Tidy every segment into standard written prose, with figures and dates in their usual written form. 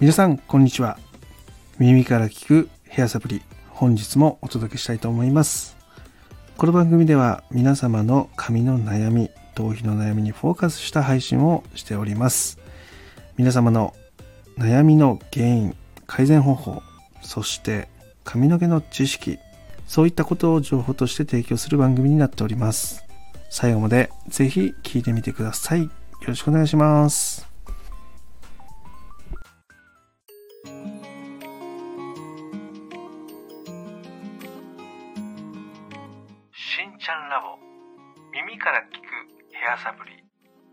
皆さんこんにちは。耳から聞くヘアサプリ、本日もお届けしたいと思います。この番組では皆様の髪の悩み、頭皮の悩みにフォーカスした配信をしております。皆様の悩みの原因、改善方法、そして髪の毛の知識、そういったことを情報として提供する番組になっております。最後までぜひ聞いてみてください。よろしくお願いします。 しんちゃんラボ、耳から聞くヘアサプリ。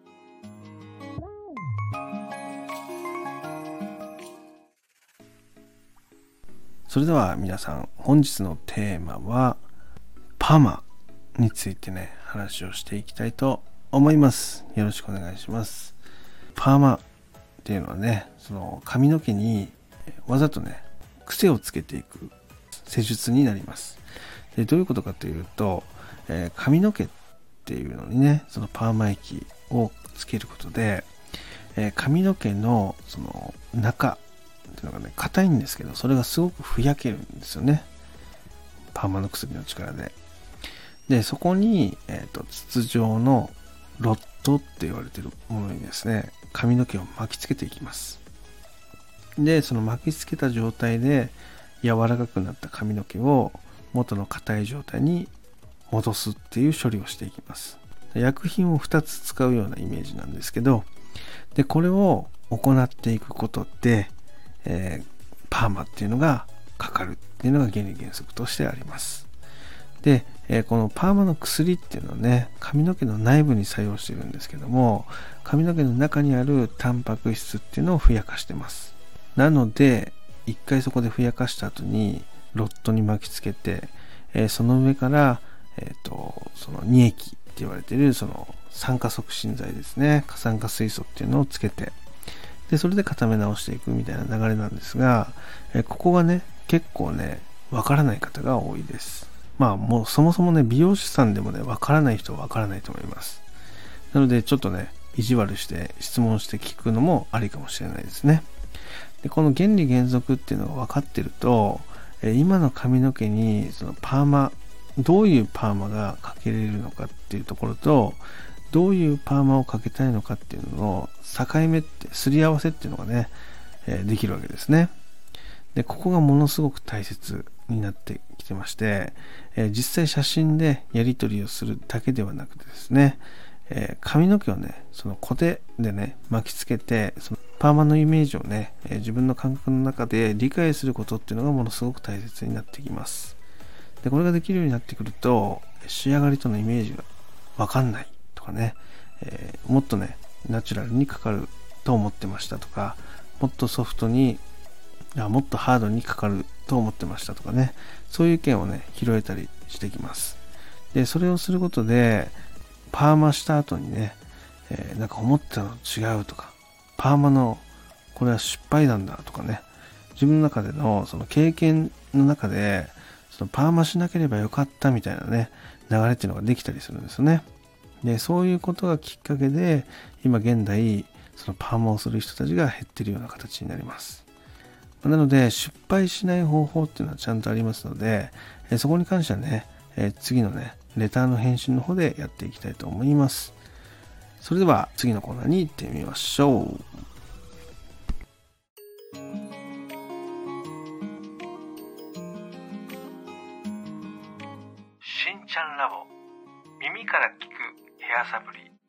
それでは皆さん、本日のテーマはパーマについてね、話をしていきたいと思います。よろしくお願いします。パーマっていうのはね、その髪の毛にわざとね、癖をつけていく施術になります。で、どういうことかというと、髪の毛っていうのにね、そのパーマ液をつけることで、髪の毛のその中っていうのがね、硬いんですけど、それがすごくふやけるんですよね。パーマの薬の力で。で、そこに、筒状のロッドって言われているものにですね、髪の毛を巻きつけていきます。で、その巻きつけた状態で柔らかくなった髪の毛を元の硬い状態に戻すっていう処理をしていきます。薬品を2つ使うようなイメージなんですけど、で、これを行っていくことで、パーマっていうのがかかるっていうのが原理原則としてあります。で、このパーマの薬っていうのはね、髪の毛の内部に作用しているんですけども、髪の毛の中にあるタンパク質っていうのをふやかしてます。なので、一回そこでふやかした後にロッドに巻きつけて、その上から、その二液って言われているその酸化促進剤ですね、過酸化水素っていうのをつけて、でそれで固め直していくみたいな流れなんですが、ここがね、結構ね、わからない方が多いです。まあもうそもそもね、美容師さんでもね、わからない人はわからないと思います。なのでちょっとね、意地悪して質問して聞くのもありかもしれないですね。で、この原理原則っていうのが分かってると、今の髪の毛にそのパーマ、どういうパーマがかけれるのかっていうところと、どういうパーマをかけたいのかっていうのの境目って、すり合わせっていうのがね、できるわけですね。で、ここがものすごく大切になってきてまして、実際写真でやり取りをするだけではなくてですね、髪の毛をね、そのコテでね、巻きつけて、そのパーマのイメージをね、自分の感覚の中で理解することっていうのがものすごく大切になってきます。で、これができるようになってくると、仕上がりとのイメージがわかんないとかね、もっとね、ナチュラルにかかると思ってましたとか、もっとソフトに、もっとハードにかかると思ってましたとかね、そういう意見をね、拾えたりしてきます。で、それをすることで、パーマした後にね、なんか思ったのと違うとか、パーマのこれは失敗なんだとかね、自分の中でのその経験の中で、そのパーマしなければよかったみたいなね、流れっていうのができたりするんですよね。で、そういうことがきっかけで、今現代、そのパーマをする人たちが減っているような形になります。なので、失敗しない方法っていうのはちゃんとありますので、そこに関してはね、次のね、レターの返信の方でやっていきたいと思います。それでは次のコーナーに行ってみましょう。 しんちゃんラボ、耳から聞くヘアサプリ。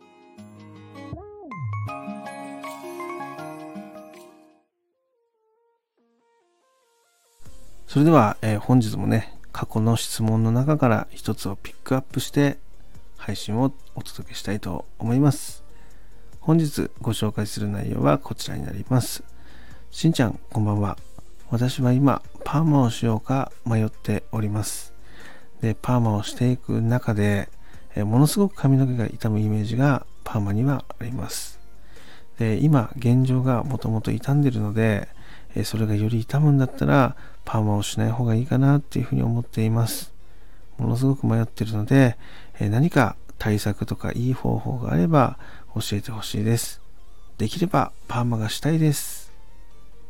それでは、本日もね、過去の質問の中から一つをピックアップして配信をお届けしたいと思います。本日ご紹介する内容はこちらになります。しんちゃん、こんばんは。私は今パーマをしようか迷っております。で、パーマをしていく中で、ものすごく髪の毛が傷むイメージがパーマにはあります。で、今現状がもともと傷んでるので、それがより傷むんだったらパーマをしない方がいいかなっていうふうに思っています。ものすごく迷っているので、何か対策とかいい方法があれば教えてほしいです。できればパーマがしたいです。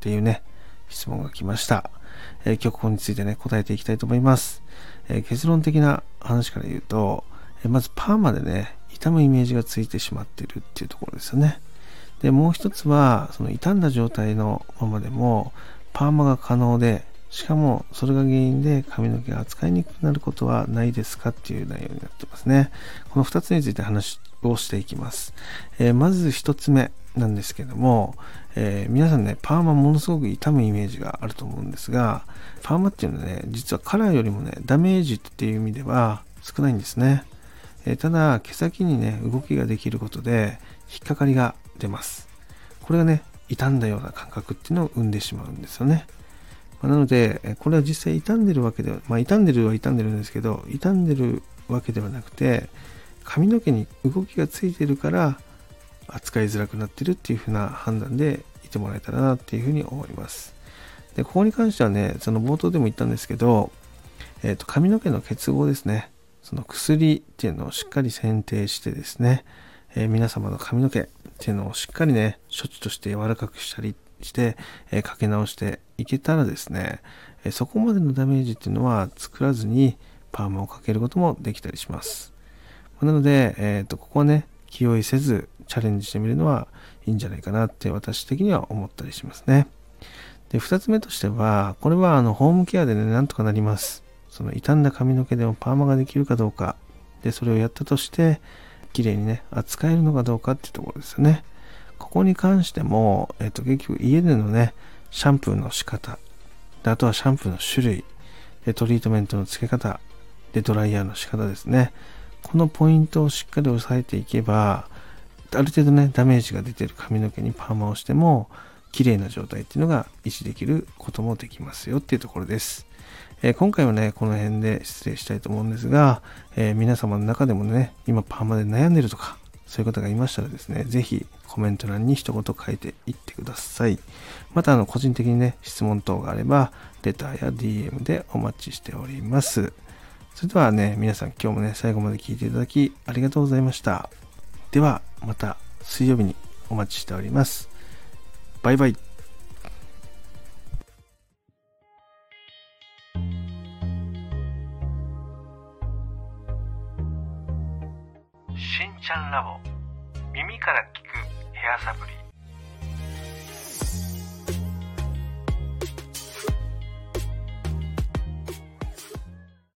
っていうね、質問が来ました。今日ここについてね、答えていきたいと思います。結論的な話から言うと、まずパーマでね、傷むイメージがついてしまっているっていうところですよね。で、もう一つは、その傷んだ状態のままでも、パーマが可能で、しかもそれが原因で髪の毛が扱いにくくなることはないですかっていう内容になってますね。この2つについて話をしていきます。まず1つ目なんですけども、皆さんね、パーマものすごく傷むイメージがあると思うんですが、パーマっていうのはね、実はカラーよりもね、ダメージっていう意味では少ないんですね。ただ、毛先にね、動きができることで引っかかりが出ます。これがね、傷んだような感覚っていうのを生んでしまうんですよね。なので、これは実際傷んでるわけでは、傷んでるは傷んでるんですけど、傷んでるわけではなくて、髪の毛に動きがついてるから扱いづらくなってるっていう風な判断でいてもらえたらなっていうふうに思います。で、ここに関してはね、その冒頭でも言ったんですけど、髪の毛の結合ですね。その薬っていうのをしっかり選定してですね、皆様の髪の毛っていうのをしっかりね、処置として柔らかくしたりして、かけ直していけたらですね、そこまでのダメージっていうのは作らずにパーマをかけることもできたりします。なので、ここはね、気負いせずチャレンジしてみるのはいいんじゃないかなって私的には思ったりしますね。で、2つ目としては、これはホームケアでね、なんとかなります。その傷んだ髪の毛でもパーマができるかどうか、で、それをやったとして、綺麗にね、扱えるのかどうかっていうところですよね。ここに関しても、結局家でのね、シャンプーの仕方、であとはシャンプーの種類、でトリートメントの付け方、でドライヤーの仕方ですね。このポイントをしっかり押さえていけば、ある程度ね、ダメージが出ている髪の毛にパーマをしても、綺麗な状態っていうのが維持できることもできますよっていうところです。今回はね、この辺で失礼したいと思うんですが、皆様の中でもね、今パーマで悩んでるとか、そういう方がいましたらですね、ぜひコメント欄に一言書いていってください。また個人的にね、質問等があれば、レターや DM でお待ちしております。それではね、皆さん今日もね、最後まで聞いていただきありがとうございました。では、また水曜日にお待ちしております。バイバイ。 しんちゃんラボ、耳から聞くヘアサプリ。